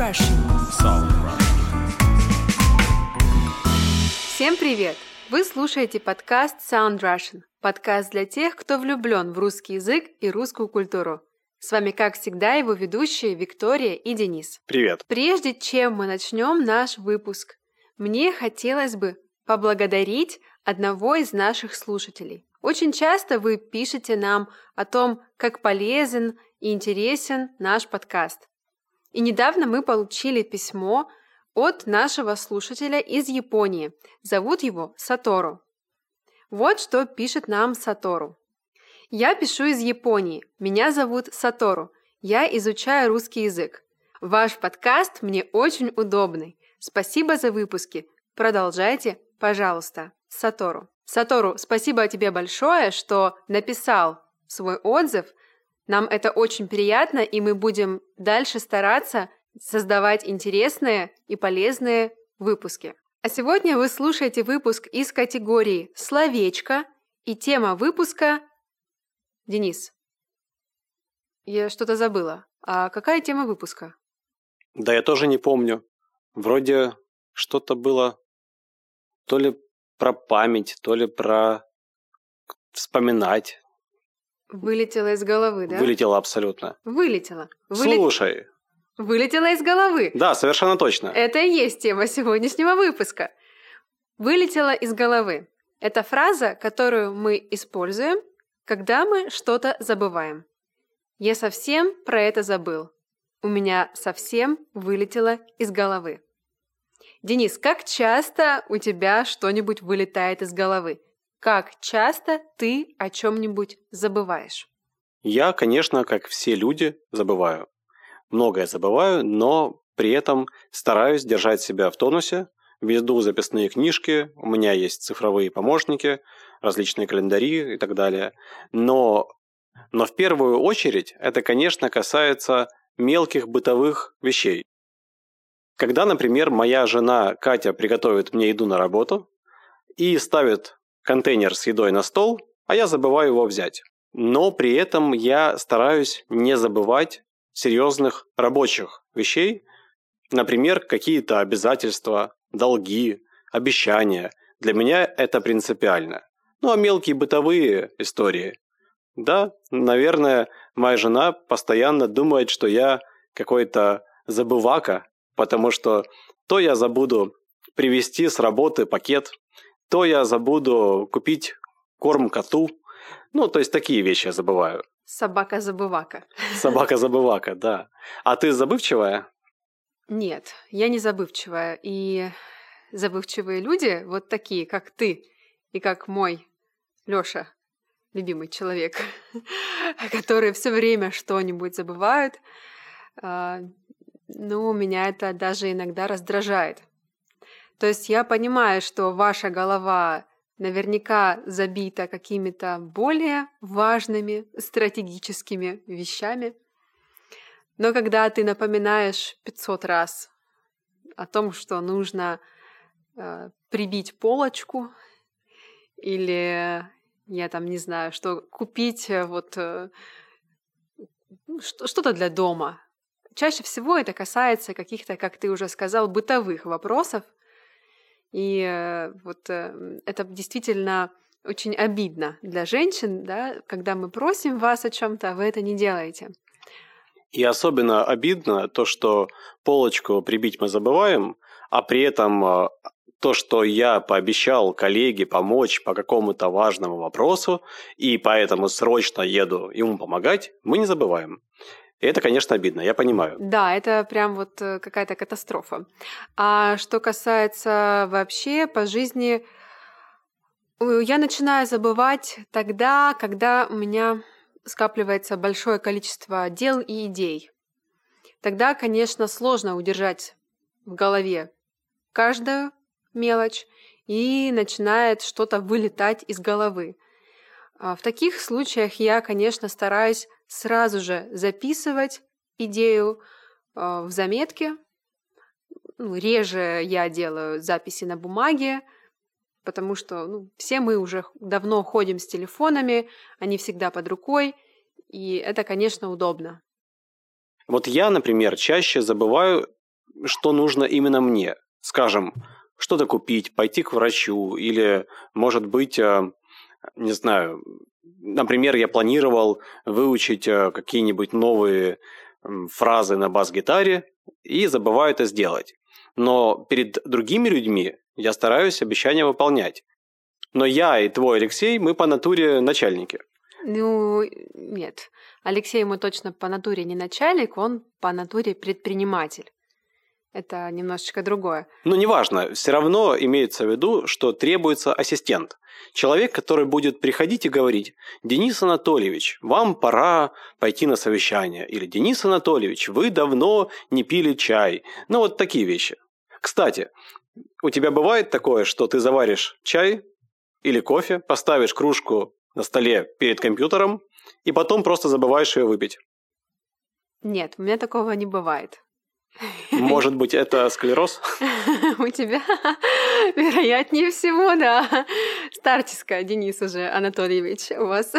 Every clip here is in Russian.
Sound Russian. Всем привет! Вы слушаете подкаст Sound Russian. Подкаст для тех, кто влюблен в русский язык и русскую культуру. С вами, как всегда, его ведущие Виктория и Денис. Привет! Прежде чем мы начнем наш выпуск, мне хотелось бы поблагодарить одного из наших слушателей. Очень часто вы пишете нам о том, как полезен и интересен наш подкаст. И недавно мы получили письмо от нашего слушателя из Японии. Зовут его Сатору. Вот что пишет нам Сатору. «Я пишу из Японии. Меня зовут Сатору. Я изучаю русский язык. Ваш подкаст мне очень удобный. Спасибо за выпуски. Продолжайте, пожалуйста. Сатору». Сатору, спасибо тебе большое, что написал свой отзыв. Нам это очень приятно, и мы будем дальше стараться создавать интересные и полезные выпуски. А сегодня вы слушаете выпуск из категории «Словечко», и тема выпуска... Денис, я что-то забыла. А какая тема выпуска? Да я тоже не помню. Вроде что-то было то ли про память, то ли про вспоминать. Вылетело из головы, да? Вылетело абсолютно. Вылетело. Слушай. Вылетело из головы. Да, совершенно точно. Это и есть тема сегодняшнего выпуска. Вылетело из головы. Это фраза, которую мы используем, когда мы что-то забываем. Я совсем про это забыл. У меня совсем вылетело из головы. Денис, как часто у тебя что-нибудь вылетает из головы? Как часто ты о чем-нибудь забываешь? Я, конечно, как все люди, забываю. Многое забываю, но при этом стараюсь держать себя в тонусе, веду записные книжки, у меня есть цифровые помощники, различные календари и так далее. Но в первую очередь это, конечно, касается мелких бытовых вещей. Когда, например, моя жена Катя приготовит мне еду на работу и ставит контейнер с едой на стол, а я забываю его взять. Но при этом я стараюсь не забывать серьезных рабочих вещей, например, какие-то обязательства, долги, обещания. Для меня это принципиально. Ну а мелкие бытовые истории. Да, наверное, моя жена постоянно думает, что я какой-то забывака, потому что то я забуду привезти с работы пакет, то я забуду купить корм коту. Ну, то есть такие вещи я забываю. Собака-забывака. Собака-забывака, да. А ты забывчивая? Нет, я не забывчивая. И забывчивые люди, вот такие, как ты и как мой Лёша, любимый человек, которые все время что-нибудь забывают, меня это даже иногда раздражает. То есть я понимаю, что ваша голова наверняка забита какими-то более важными стратегическими вещами. Но когда ты напоминаешь 500 раз о том, что нужно прибить полочку или, я там не знаю, что купить что-то для дома. Чаще всего это касается каких-то, как ты уже сказал, бытовых вопросов. И это действительно очень обидно для женщин, да, когда мы просим вас о чем-то, а вы это не делаете. И особенно обидно то, что полочку прибить мы забываем, а при этом то, что я пообещал коллеге помочь по какому-то важному вопросу, и поэтому срочно еду ему помогать, мы не забываем. И это, конечно, обидно, я понимаю. Да, это прям вот какая-то катастрофа. А что касается вообще по жизни, я начинаю забывать тогда, когда у меня скапливается большое количество дел и идей. Тогда, конечно, сложно удержать в голове каждую мелочь, и начинает что-то вылетать из головы. В таких случаях я, конечно, стараюсь сразу же записывать идею в заметке. Реже я делаю записи на бумаге, потому что все мы уже давно ходим с телефонами, они всегда под рукой, и это, конечно, удобно. Вот я, например, чаще забываю что нужно именно мне. Скажем, что-то купить, пойти к врачу или, может быть, не знаю, например, я планировал выучить какие-нибудь новые фразы на бас-гитаре и забываю это сделать. Но перед другими людьми я стараюсь обещания выполнять. Но я и твой Алексей, мы по натуре начальники. Ну, нет. Алексей ему точно по натуре не начальник, он по натуре предприниматель. Это немножечко другое. Но неважно, все равно имеется в виду, что требуется ассистент. Человек, который будет приходить и говорить: «Денис Анатольевич, вам пора пойти на совещание». Или «Денис Анатольевич, вы давно не пили чай». Ну, вот такие вещи. Кстати, у тебя бывает такое, что ты заваришь чай или кофе, поставишь кружку на столе перед компьютером и потом просто забываешь ее выпить? Нет, у меня такого не бывает. Может быть, это склероз? У тебя, вероятнее всего, да. Старческая, Денис уже Анатольевич, у вас.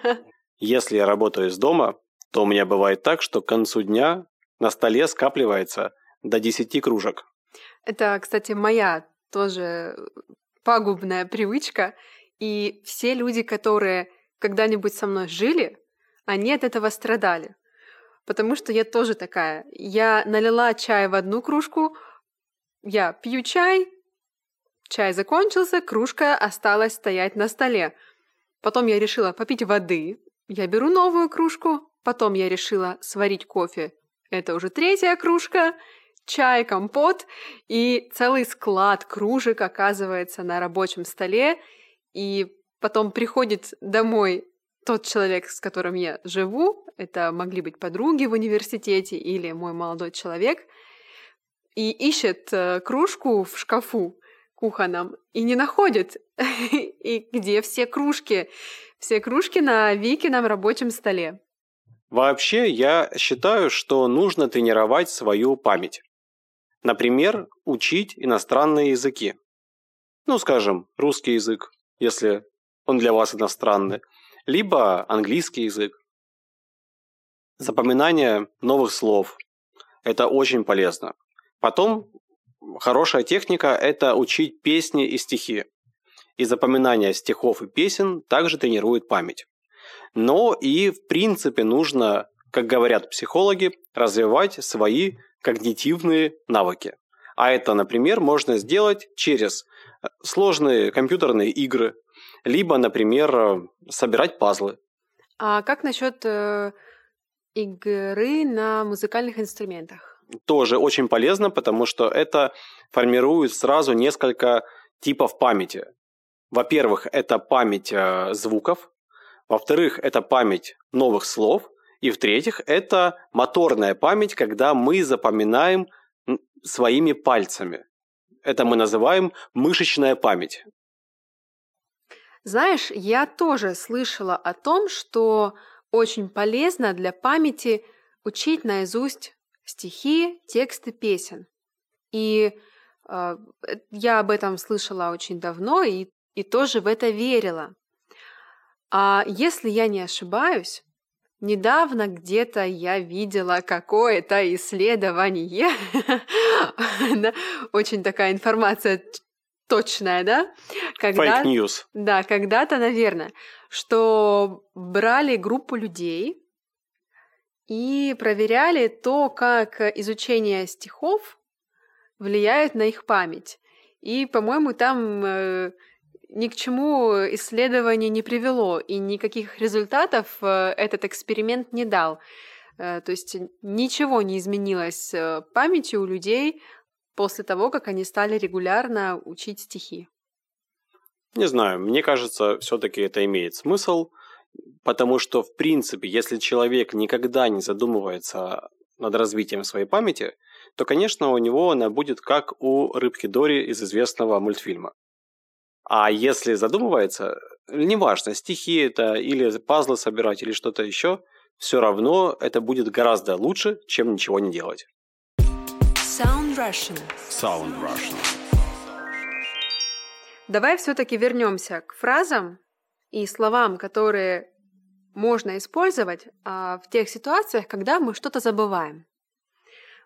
Если я работаю из дома, то у меня бывает так, что к концу дня на столе скапливается до 10 кружек. Это, кстати, моя тоже пагубная привычка. И все люди, которые когда-нибудь со мной жили, они от этого страдали. Потому что я тоже такая. Я налила чай в одну кружку, я пью чай закончился, кружка осталась стоять на столе. Потом я решила попить воды, я беру новую кружку, потом я решила сварить кофе, это уже третья кружка, чай, компот, и целый склад кружек оказывается на рабочем столе, и потом приходит домой тот человек, с которым я живу, это могли быть подруги в университете или мой молодой человек, и ищет кружку в шкафу кухонном и не находит. И где все кружки? Все кружки на Викином рабочем столе. Вообще, я считаю, что нужно тренировать свою память. Например, учить иностранные языки. Ну, скажем, русский язык, если он для вас иностранный, либо английский язык. Запоминание новых слов – это очень полезно. Потом хорошая техника – это учить песни и стихи. И запоминание стихов и песен также тренирует память. Но и в принципе нужно, как говорят психологи, развивать свои когнитивные навыки. А это, например, можно сделать через сложные компьютерные игры, либо, например, собирать пазлы. А как насчет игры на музыкальных инструментах? Тоже очень полезно, потому что это формирует сразу несколько типов памяти. Во-первых, это память звуков. Во-вторых, это память новых слов. И в-третьих, это моторная память, когда мы запоминаем своими пальцами. Это мы называем мышечная память. Знаешь, я тоже слышала о том, что очень полезно для памяти учить наизусть стихи, тексты песен. И я об этом слышала очень давно и тоже в это верила. А если я не ошибаюсь, недавно где-то я видела какое-то исследование, очень такая информация точная, да? Fake news. Да, когда-то, наверное, что брали группу людей и проверяли то, как изучение стихов влияет на их память. И, по-моему, там ни к чему исследование не привело, и никаких результатов этот эксперимент не дал. То есть ничего не изменилось с памятью у людей после того, как они стали регулярно учить стихи. Не знаю, мне кажется, все-таки это имеет смысл, потому что, в принципе, если человек никогда не задумывается над развитием своей памяти, то, конечно, у него она будет как у рыбки Дори из известного мультфильма. А если задумывается, неважно, стихи это или пазлы собирать, или что-то еще, все равно это будет гораздо лучше, чем ничего не делать. Sound Russian. Sound Russian. Давай все-таки вернемся к фразам и словам, которые можно использовать в тех ситуациях, когда мы что-то забываем.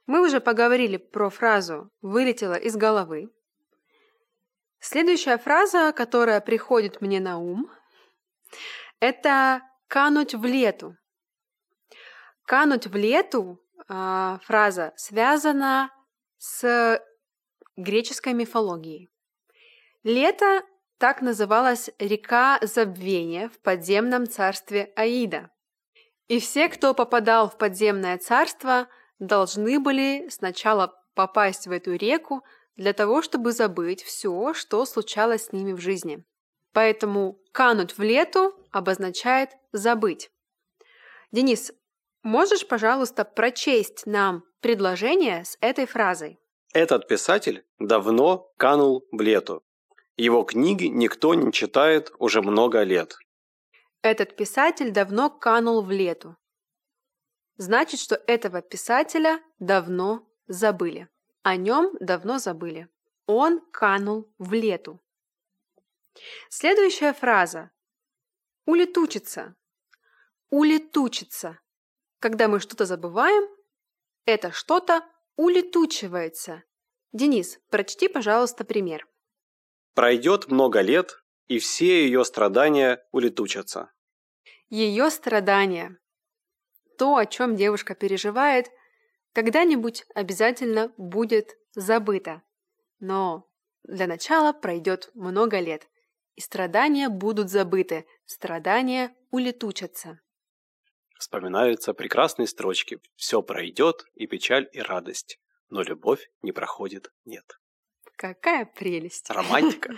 Мы уже поговорили про фразу «вылетела из головы». Следующая фраза, которая приходит мне на ум, это «кануть в лету». «Кануть в лету» фраза связана с греческой мифологией. Лето – так называлась река забвения в подземном царстве Аида. И все, кто попадал в подземное царство, должны были сначала попасть в эту реку для того, чтобы забыть все, что случалось с ними в жизни. Поэтому «кануть в лету» обозначает «забыть». Денис, можешь, пожалуйста, прочесть нам предложение с этой фразой? Этот писатель давно канул в лету. Его книги никто не читает уже много лет. Этот писатель давно канул в лету. Значит, что этого писателя давно забыли. О нем давно забыли. Он канул в лету. Следующая фраза. Улетучиться. Улетучиться. Когда мы что-то забываем, это что-то улетучивается. Денис, прочти, пожалуйста, пример. Пройдет много лет, и все ее страдания улетучатся. Ее страдания. То, о чем девушка переживает, когда-нибудь обязательно будет забыто. Но для начала пройдет много лет, и страдания будут забыты, страдания улетучатся. Вспоминаются прекрасные строчки. Все пройдет, и печаль, и радость, но любовь не проходит, нет. Какая прелесть! Романтика.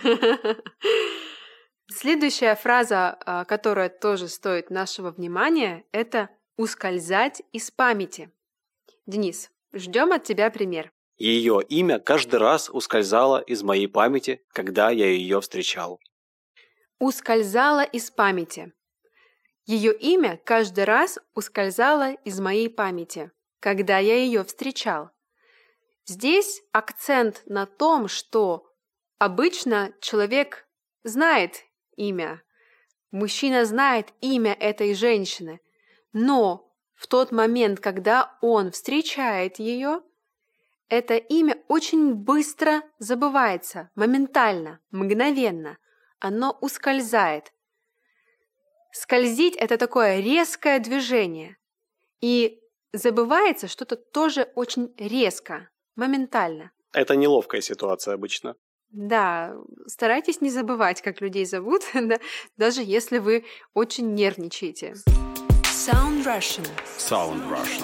Следующая фраза, которая тоже стоит нашего внимания, это «ускользать из памяти». Денис, ждем от тебя пример. Ее имя каждый раз ускользало из моей памяти, когда я ее встречал. Ускользала из памяти. Ее имя каждый раз ускользало из моей памяти, когда я ее встречал. Здесь акцент на том, что обычно человек знает имя, мужчина знает имя этой женщины, но в тот момент, когда он встречает ее, это имя очень быстро забывается, моментально, мгновенно. Оно ускользает. Скользить – это такое резкое движение. И забывается что-то тоже очень резко, моментально. Это неловкая ситуация обычно. Да, старайтесь не забывать, как людей зовут, даже если вы очень нервничаете. Sound Russian. Sound Russian.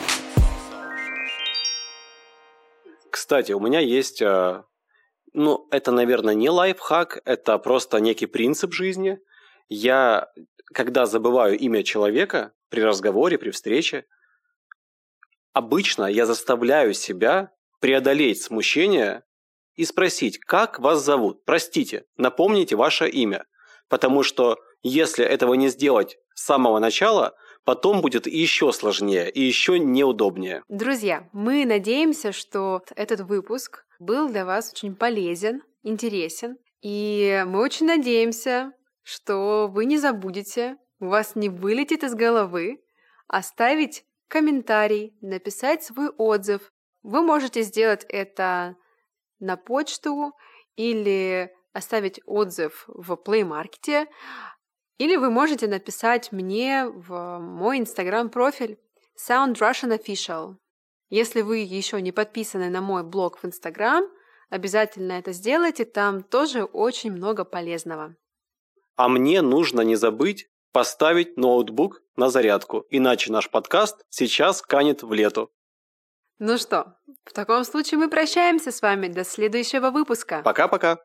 Кстати, у меня есть, это, наверное, не лайфхак, это просто некий принцип жизни. Я, когда забываю имя человека при разговоре, при встрече, обычно я заставляю себя преодолеть смущение и спросить, как вас зовут? Простите, напомните ваше имя. Потому что если этого не сделать с самого начала, потом будет еще сложнее и еще неудобнее. Друзья, мы надеемся, что этот выпуск был для вас очень полезен, интересен. И мы очень надеемся, что вы не забудете, у вас не вылетит из головы оставить комментарий, написать свой отзыв. Вы можете сделать это на почту или оставить отзыв в Play Market, или вы можете написать мне в мой Instagram-профиль Sound Russian Official. Если вы еще не подписаны на мой блог в Instagram, обязательно это сделайте, там тоже очень много полезного. А мне нужно не забыть поставить ноутбук на зарядку, иначе наш подкаст сейчас канет в лету. Ну что, в таком случае мы прощаемся с вами до следующего выпуска. Пока-пока.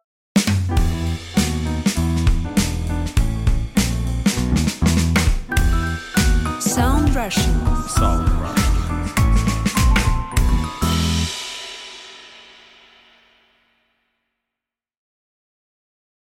Sound Russian.